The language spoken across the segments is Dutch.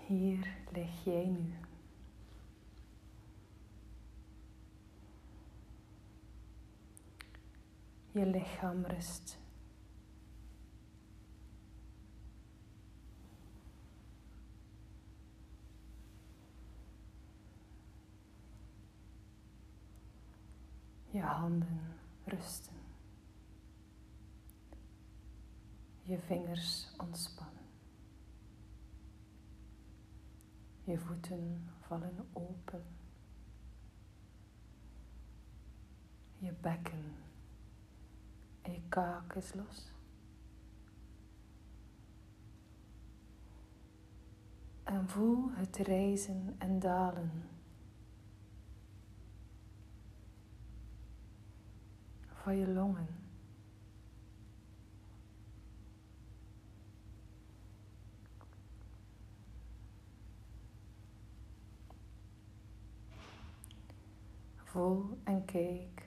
Hier lig jij nu. Je lichaam rust. Je handen rusten. Je vingers ontspannen. Je voeten vallen open. Je bekken en je kaak is los. En voel het rijzen en dalen van je longen. Voel en kijk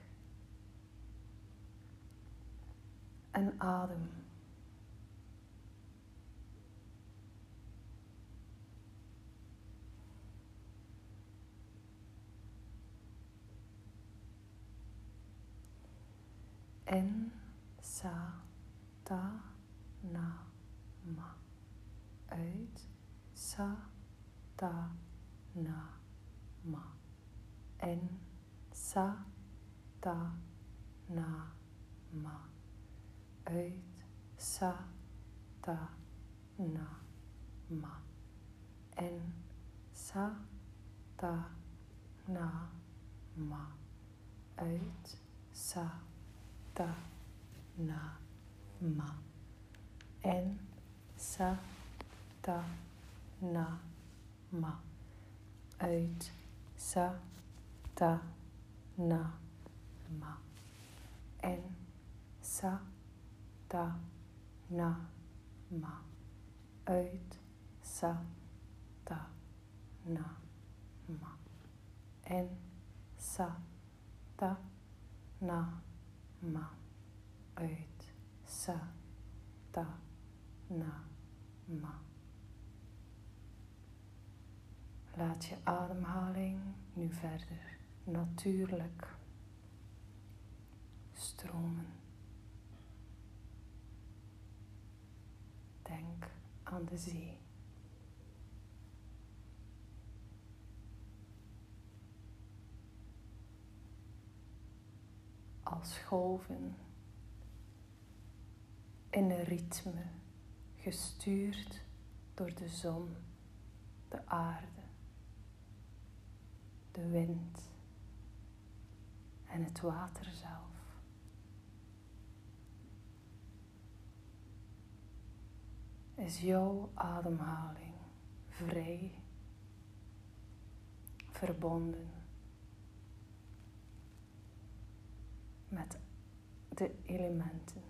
en adem. In, sa, ta, na, ma. Uit, sa, ta, na, ma. In, sa, ta, na, ma. Uit, sa, ta, na, ma. In, sa, ta, na, ma. Uit, sa, ta, na, ma. In, sa, ta, na, ma. Uit, sa, ta, na, ma. In, sa, ta, na, ma. Uit, sa, ta, na, ma. In, sa, ta, na, ma. Uit, sa, ta, na, ma. Laat je ademhaling nu verder natuurlijk stromen. Denk aan de zee. Als golven in een ritme, gestuurd door de zon, de aarde, de wind en het water zelf. Is jouw ademhaling vrij, verbonden met de elementen.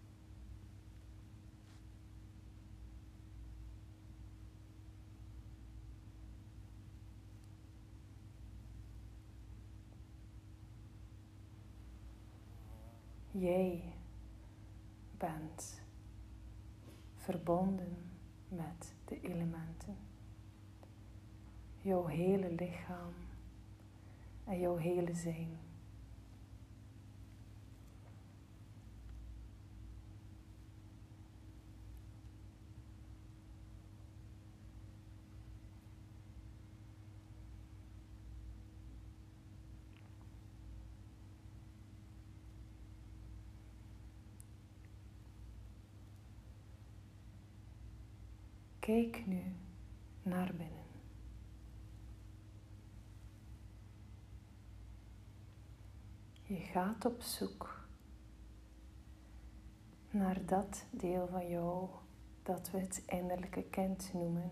Jij bent verbonden met de elementen. Jouw hele lichaam en jouw hele zijn. Kijk nu naar binnen. Je gaat op zoek naar dat deel van jou dat we het innerlijke kind noemen.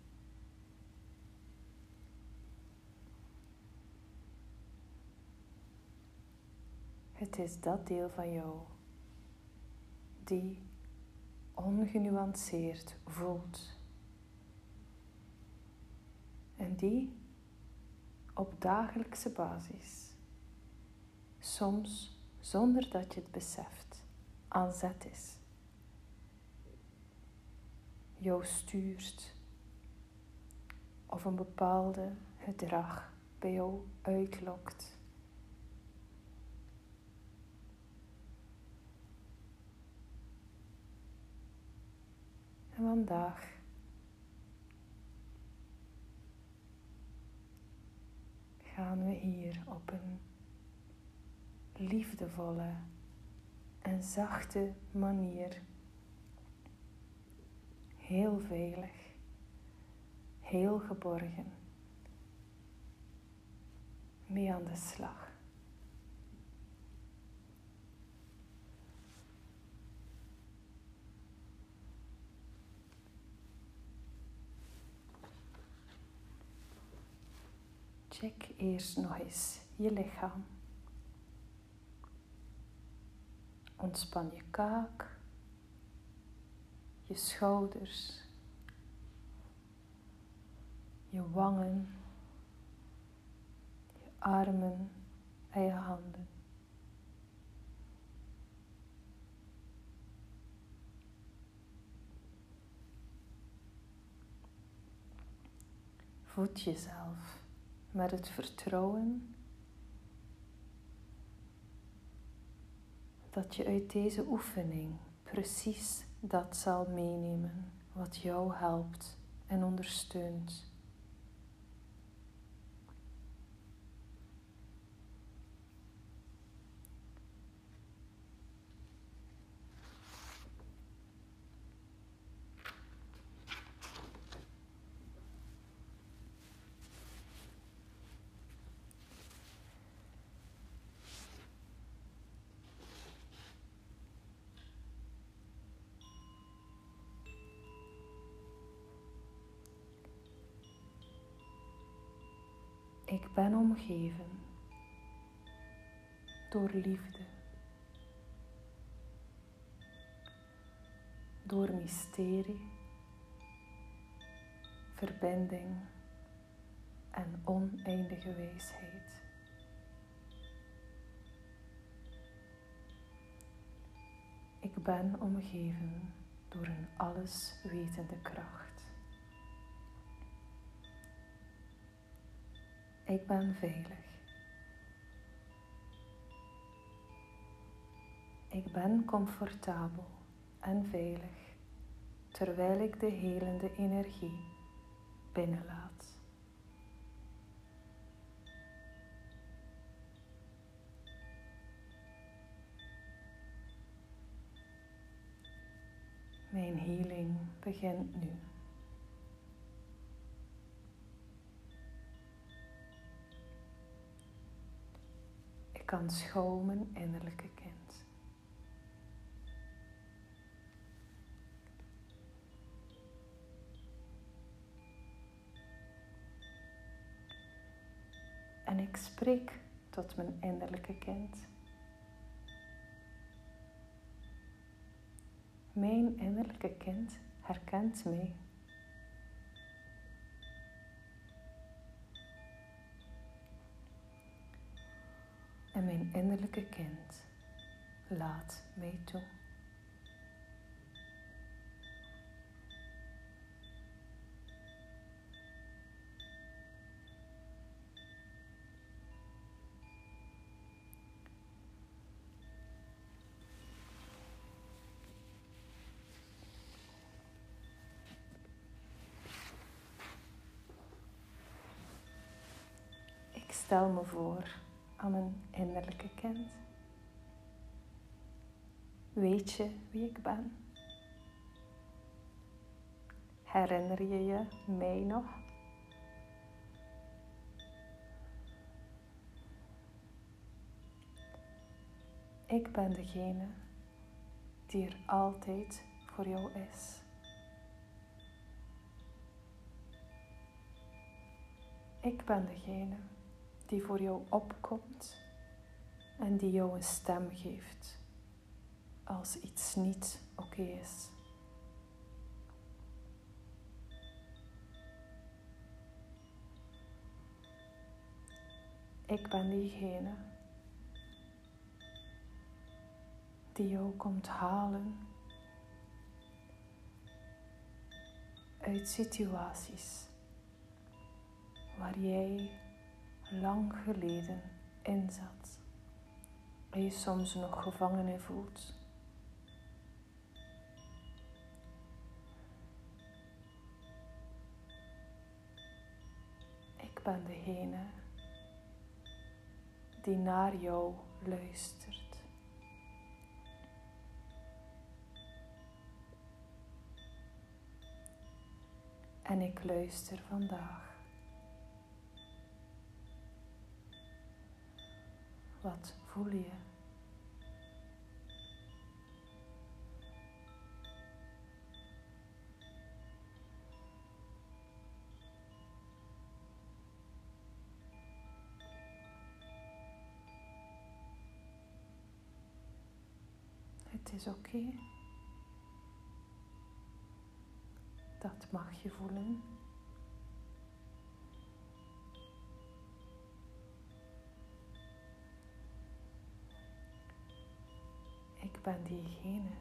Het is dat deel van jou die ongenuanceerd voelt. En die op dagelijkse basis, soms zonder dat je het beseft, aan zet is. Jou stuurt, of een bepaalde gedrag bij jou uitlokt. En vandaag gaan we hier op een liefdevolle en zachte manier, heel veilig, heel geborgen, mee aan de slag. Check eerst nog eens je lichaam. Ontspan je kaak, je schouders, je wangen, je armen en je handen. Voed jezelf met het vertrouwen dat je uit deze oefening precies dat zal meenemen wat jou helpt en ondersteunt. Ik ben omgeven door liefde, door mysterie, verbinding en oneindige wijsheid. Ik ben omgeven door een alleswetende kracht. Ik ben veilig. Ik ben comfortabel en veilig, terwijl ik de helende energie binnenlaat. Mijn healing begint nu. Ik aanschouw mijn innerlijke kind. En ik spreek tot mijn innerlijke kind. Mijn innerlijke kind herkent mij. En mijn innerlijke kind laat mij toe. Ik stel me voor aan mijn innerlijke kind. Weet je wie ik ben? Herinner je je mij nog? Ik ben degene die er altijd voor jou is. Ik ben degene die voor jou opkomt en die jou een stem geeft als iets niet oké is. Ik ben diegene die jou komt halen uit situaties waar jij lang geleden in zat en je soms nog gevangen in voelt. Ik ben degene die naar jou luistert. En ik luister vandaag. Wat voel je? Het is oké. Dat mag je voelen. Ik ben diegene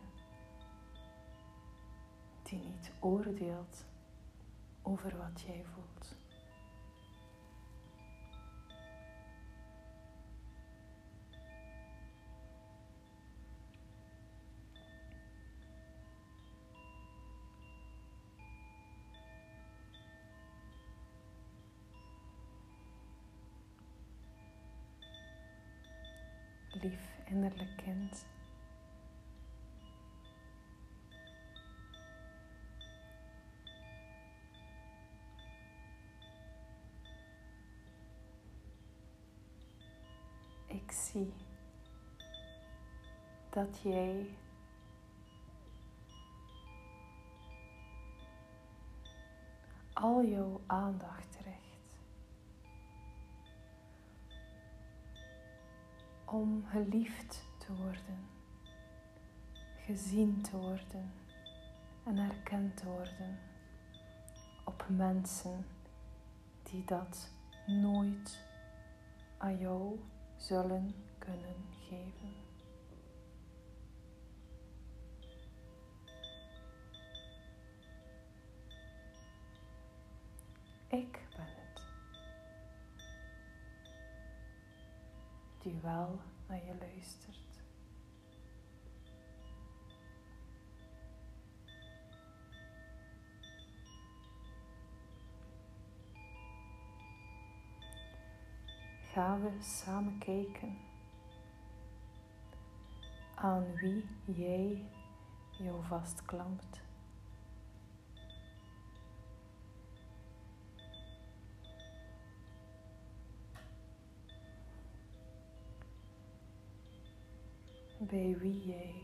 die niet oordeelt over wat jij voelt. Lief innerlijk kind. Ik zie dat jij al jouw aandacht richt om geliefd te worden, gezien te worden en erkend te worden op mensen die dat nooit aan jou zullen kunnen geven. Ik ben het die wel naar je luistert. Gaan we samen kijken aan wie jij jou vastklampt. Bij wie jij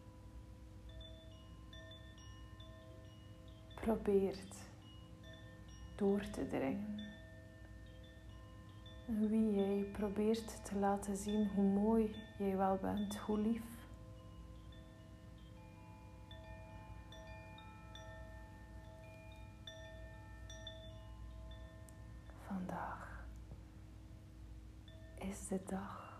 probeert door te dringen. En wie jij probeert te laten zien hoe mooi jij wel bent, hoe lief. Vandaag is de dag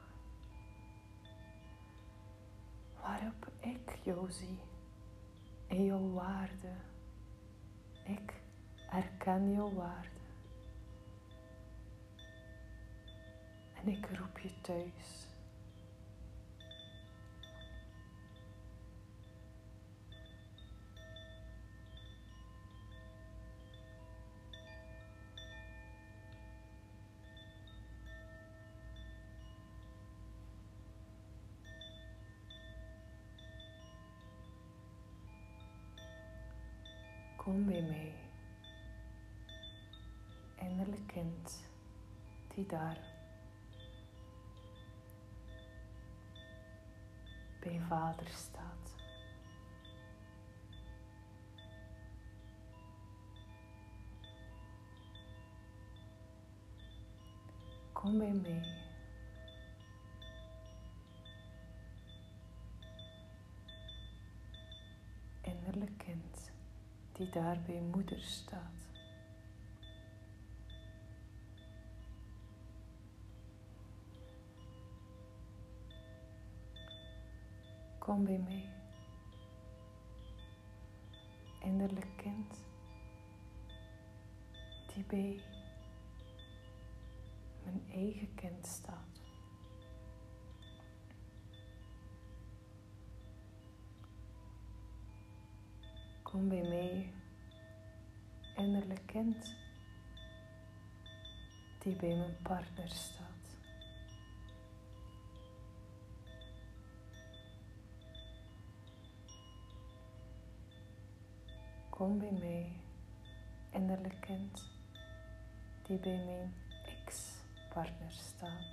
waarop ik jou zie in jouw waarde. Ik erken jouw waarde. En ik roep je thuis. Kom bij mij, innerlijk kind die daar bij Vader staat. Kom bij mij. Innerlijk kind die daar bij moeder staat. Kom bij mij. Innerlijk kind die bij mijn eigen kind staat. Kom bij mij, innerlijk kind, die bij mijn partner staat. Kom bij mij, innerlijk kind, die bij mijn ex-partner staat.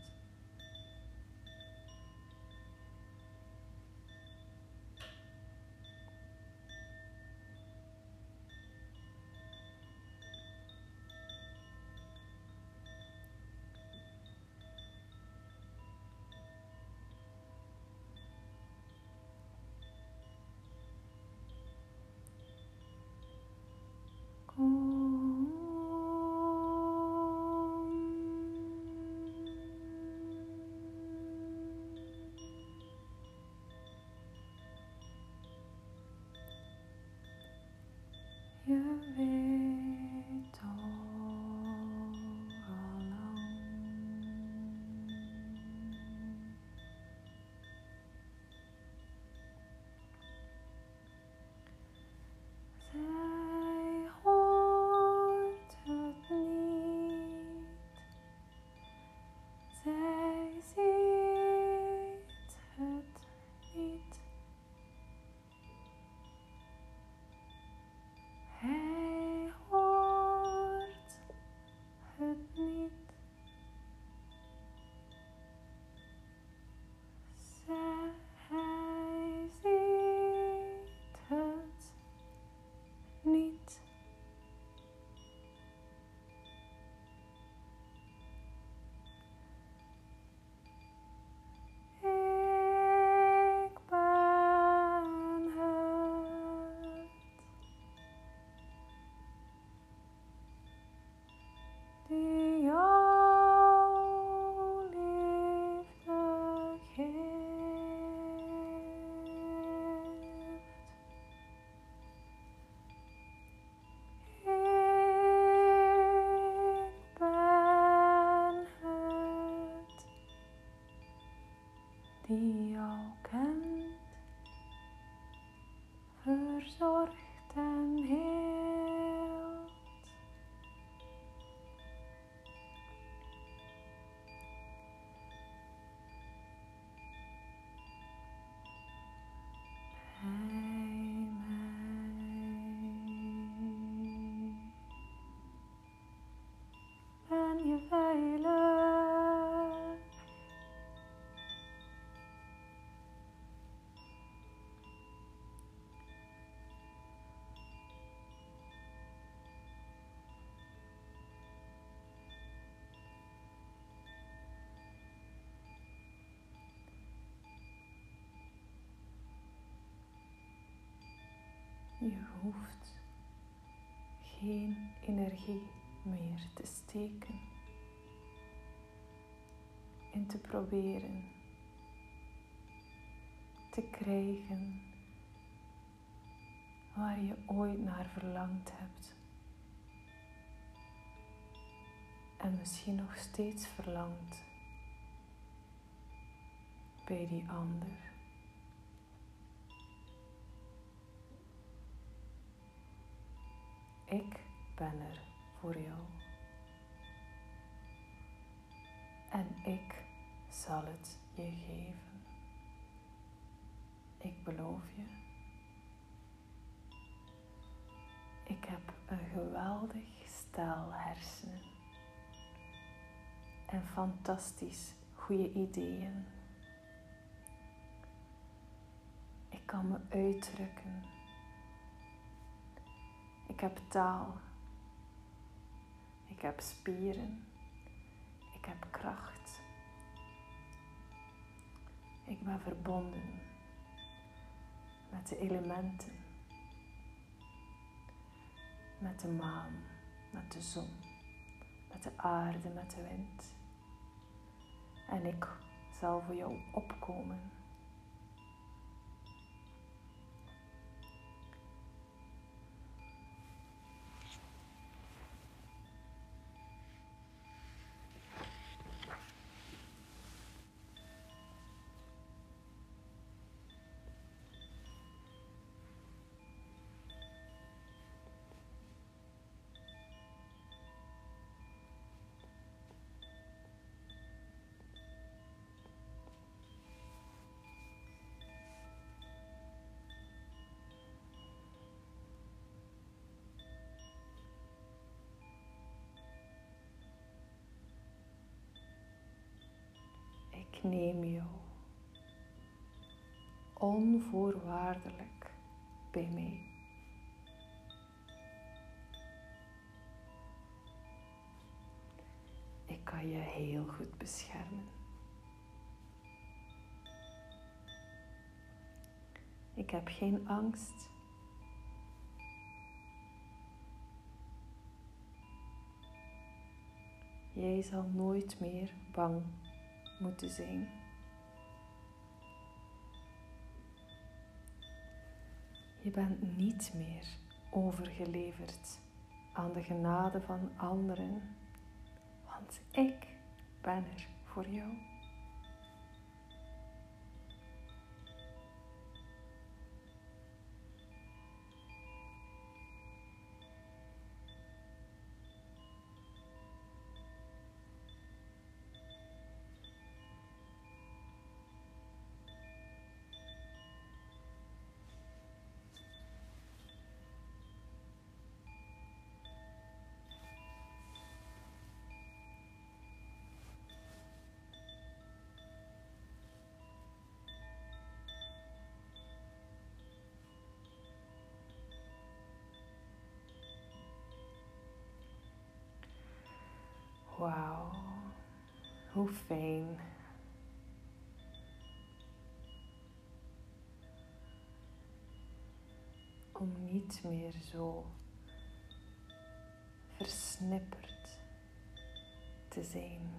Je weet al lang. Zij hoort het niet. Zij ziet het niet. Hij hoort het niet. Hij ziet het niet. Ik ben het die jouw liefde geeft. Ik ben het die jou kent, verzorgt en heelt. Bij mij ben je veilig. Je hoeft geen energie meer te steken en te proberen te krijgen waar je ooit naar verlangd hebt en misschien nog steeds verlangt bij die ander. Ik ben er voor jou. En ik zal het je geven. Ik beloof je. Ik heb een geweldig stel hersenen. En fantastisch goede ideeën. Ik kan me uitdrukken. Ik heb taal. Ik heb spieren. Ik heb kracht. Ik ben verbonden met de elementen. Met de maan, met de zon, met de aarde, met de wind. En ik zal voor jou opkomen. Ik neem jou onvoorwaardelijk bij mij. Ik kan je heel goed beschermen. Ik heb geen angst. Jij zal nooit meer bang moeten zijn. Je bent niet meer overgeleverd aan de genade van anderen, want ik ben er voor jou. Wauw, hoe fijn. Om niet meer zo versnipperd te zijn,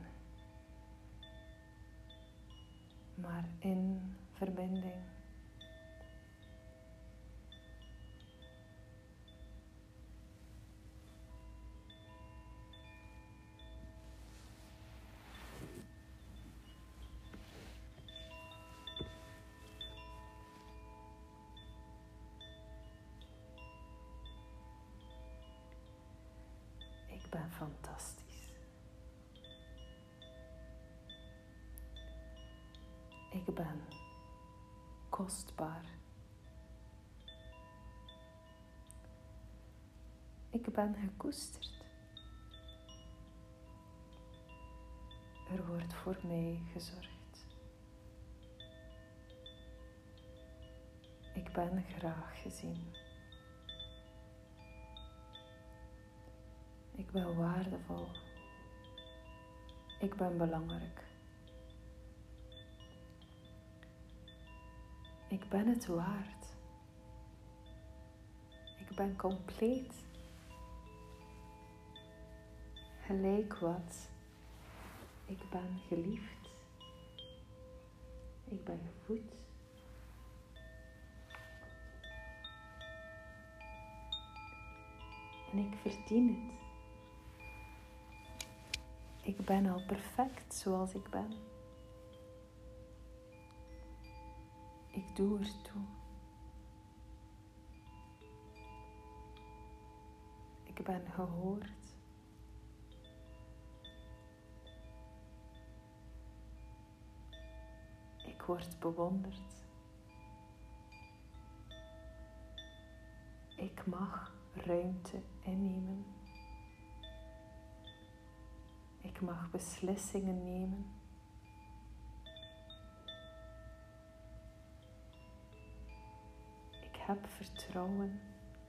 maar in verbinding. Ik ben fantastisch. Ik ben kostbaar. Ik ben gekoesterd. Er wordt voor mij gezorgd. Ik ben graag gezien. Ik ben waardevol. Ik ben belangrijk. Ik ben het waard. Ik ben compleet. Gelijk wat. Ik ben geliefd. Ik ben gevoed. En ik verdien het. Ik ben al perfect zoals ik ben. Ik doe ertoe. Ik ben gehoord. Ik word bewonderd. Ik mag ruimte innemen. Ik mag beslissingen nemen. Ik heb vertrouwen.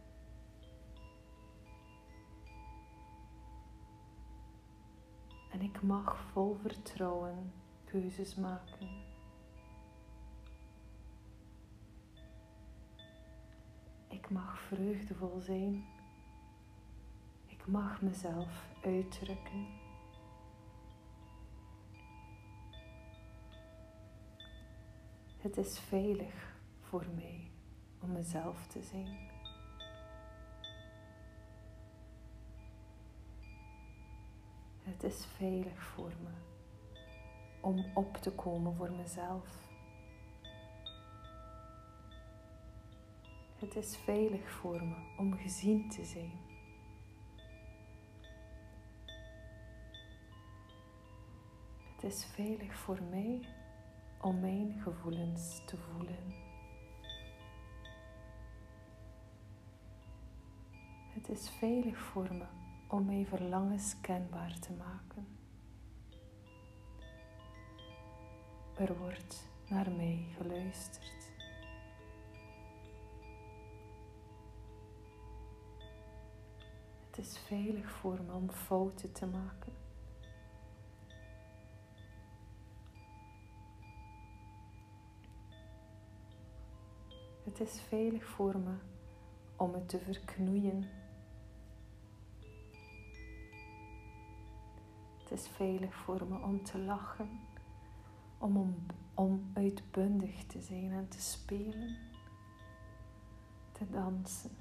En ik mag vol vertrouwen keuzes maken. Ik mag vreugdevol zijn. Ik mag mezelf uitdrukken. Het is veilig voor mij om mezelf te zijn. Het is veilig voor me om op te komen voor mezelf. Het is veilig voor me om gezien te zijn. Het is veilig voor mij om mijn gevoelens te voelen. Het is veilig voor me om mijn verlangens kenbaar te maken. Er wordt naar mij geluisterd. Het is veilig voor me om fouten te maken. Het is veilig voor me om het te verknoeien. Het is veilig voor me om te lachen, om uitbundig te zijn en te spelen, te dansen.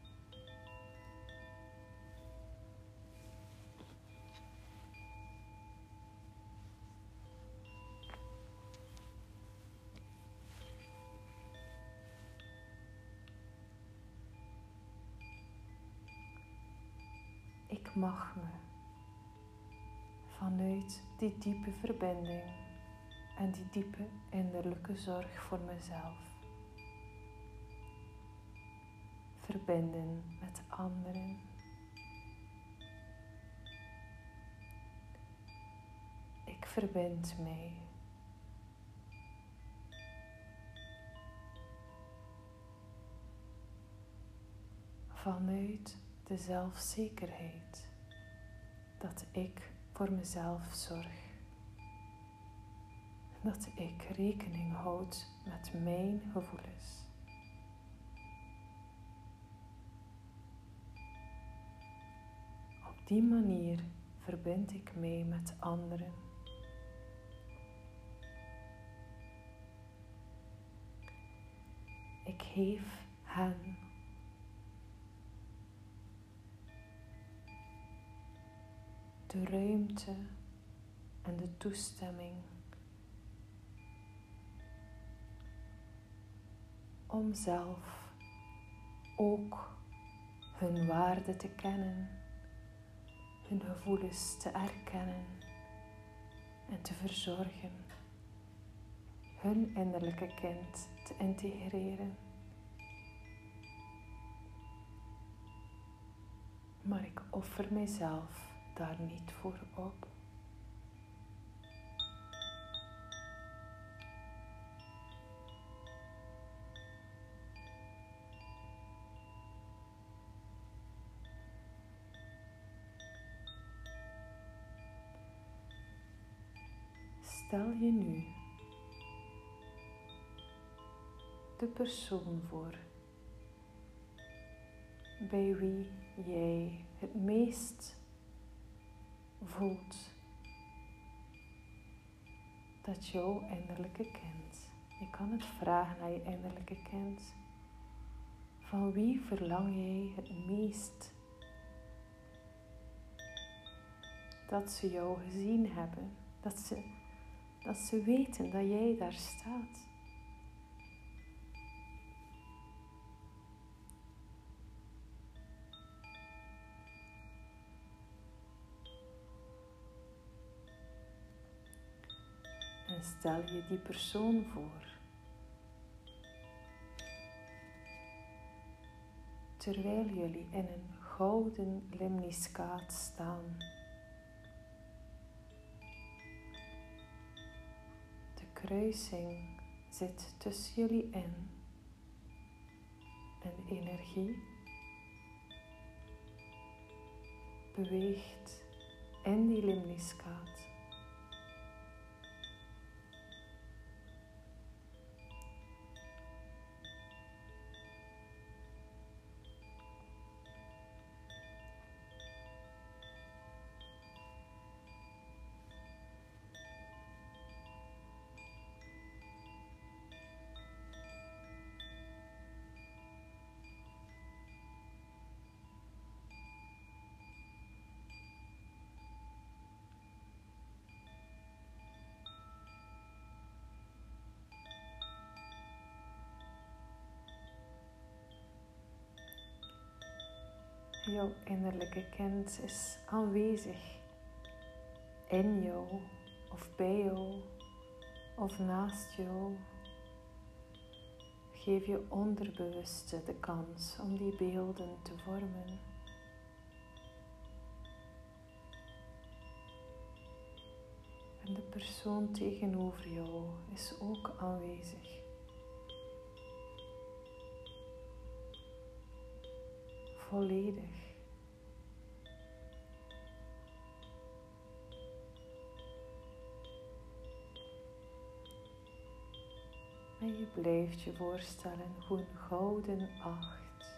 Ik mag me vanuit die diepe verbinding en die diepe innerlijke zorg voor mezelf verbinden met anderen. Ik verbind mij vanuit de zelfzekerheid dat ik voor mezelf zorg. Dat ik rekening houd met mijn gevoelens. Op die manier verbind ik mij met anderen. Ik geef hen de ruimte en de toestemming om zelf ook hun waarde te kennen, hun gevoelens te erkennen en te verzorgen, hun innerlijke kind te integreren. Maar ik offer mijzelf daar niet voor op. Stel je nu de persoon voor bij wie jij het meest voelt dat jouw innerlijke kind, je kan het vragen aan je innerlijke kind, van wie verlang jij het meest dat ze jou gezien hebben, dat ze weten dat jij daar staat. En stel je die persoon voor, terwijl jullie in een gouden limniscaat staan. De kruising zit tussen jullie in en de energie beweegt in die limniscaat. Jouw innerlijke kind is aanwezig in jou of bij jou of naast jou. Geef je onderbewuste de kans om die beelden te vormen. En de persoon tegenover jou is ook aanwezig. Volledig. En je blijft je voorstellen hoe een gouden 8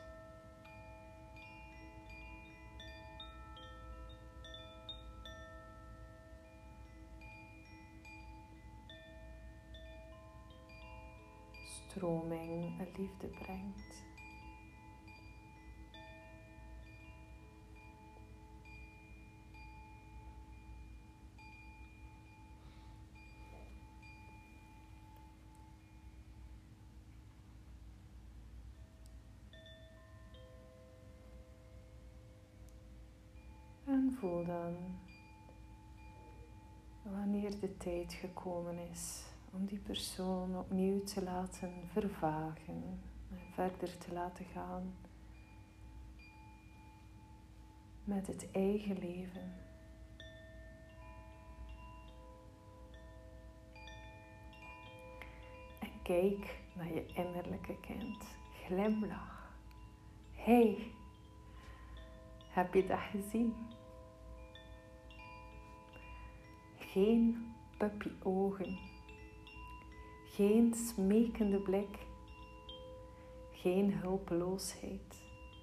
stroming en liefde brengt. En voel dan wanneer de tijd gekomen is om die persoon opnieuw te laten vervagen en verder te laten gaan met het eigen leven. En kijk naar je innerlijke kind. Glimlach. Hey, heb je dat gezien? Geen puppyogen, geen smekende blik, geen hulpeloosheid.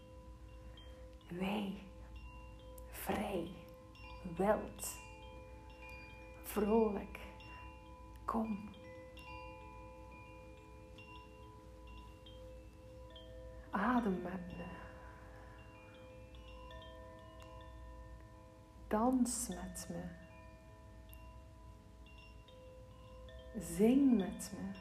Wij, vrij, wild, vrolijk, kom. Adem met me. Dans met me. Zing met me.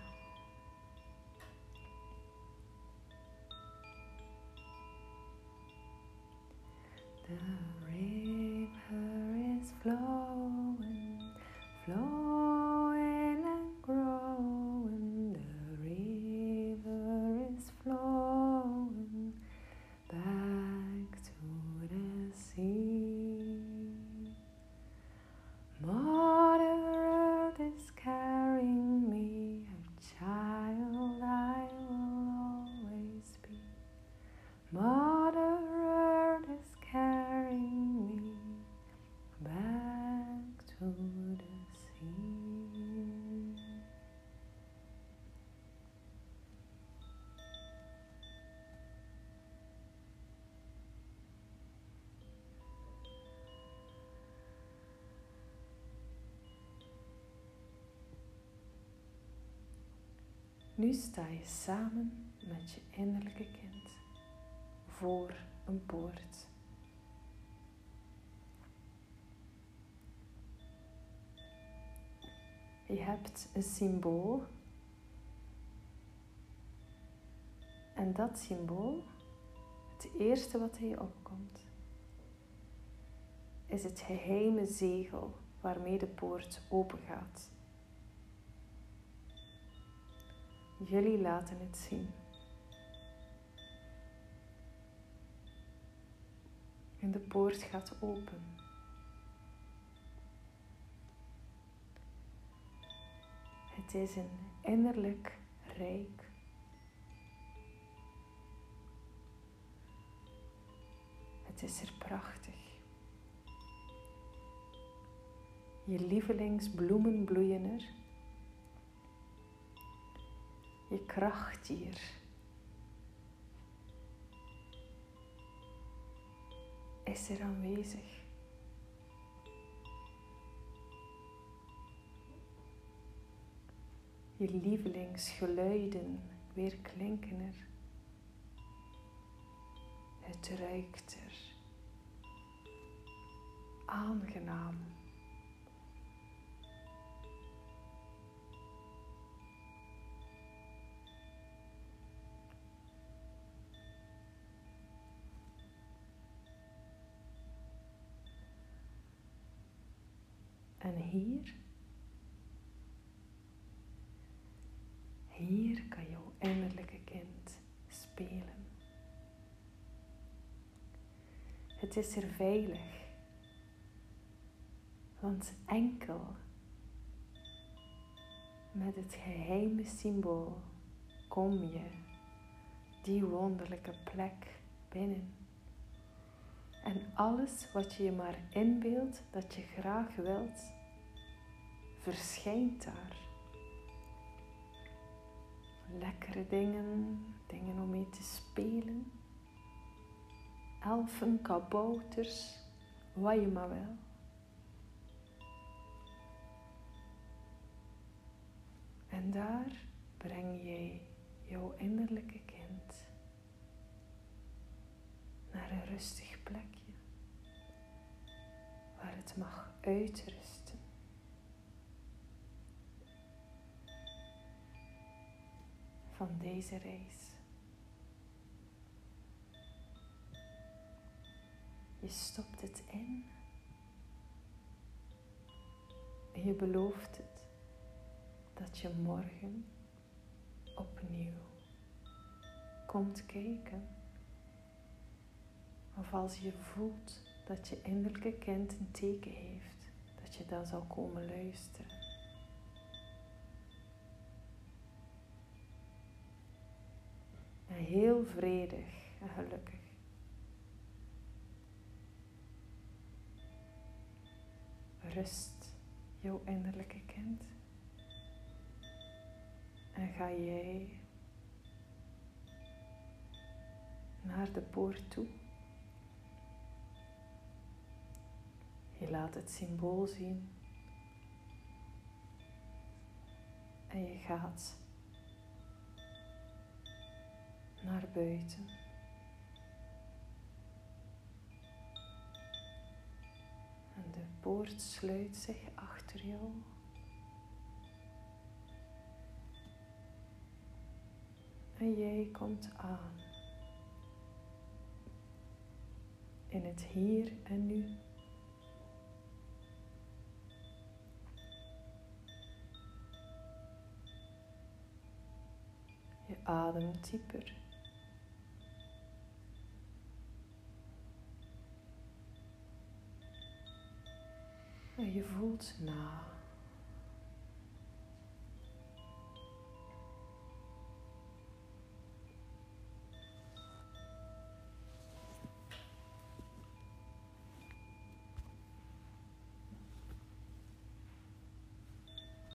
The river is flowing, flowing and growing. The river is flowing back to the sea. Mother Earth is carrying me, a child I will always be. Mother Earth is carrying me back to the sea. Nu sta je samen met je innerlijke kind voor een poort. Je hebt een symbool en dat symbool, het eerste wat in je opkomt, is het geheime zegel waarmee de poort open gaat. Jullie laten het zien. En de poort gaat open. Het is een innerlijk rijk. Het is er prachtig. Je lievelingsbloemen bloeien er. Je krachtdier is er aanwezig. Je lievelingsgeluiden weer klinken er. Het ruikt er. Aangenaam. En hier kan jouw innerlijke kind spelen. Het is er veilig, want enkel Met het geheime symbool kom je die wonderlijke plek binnen. En alles wat je je maar inbeeldt dat je graag wilt, verschijnt daar. Lekkere dingen, dingen om mee te spelen. Elfen, kabouters, wat je maar wil. En daar breng jij jouw innerlijke kind naar een rustig plekje waar het mag uitrusten. Van deze reis. Je stopt het in en je belooft het dat je morgen opnieuw komt kijken. Of als je voelt dat je innerlijke kind een teken heeft, dat je dan zal komen luisteren. En heel vredig en gelukkig. Rust jouw innerlijke kind. En ga jij naar de poort toe. Je laat het symbool zien. En je gaat naar buiten. En de poort sluit zich achter jou. En jij komt aan. In het hier en nu. Je ademt dieper. En je voelt na.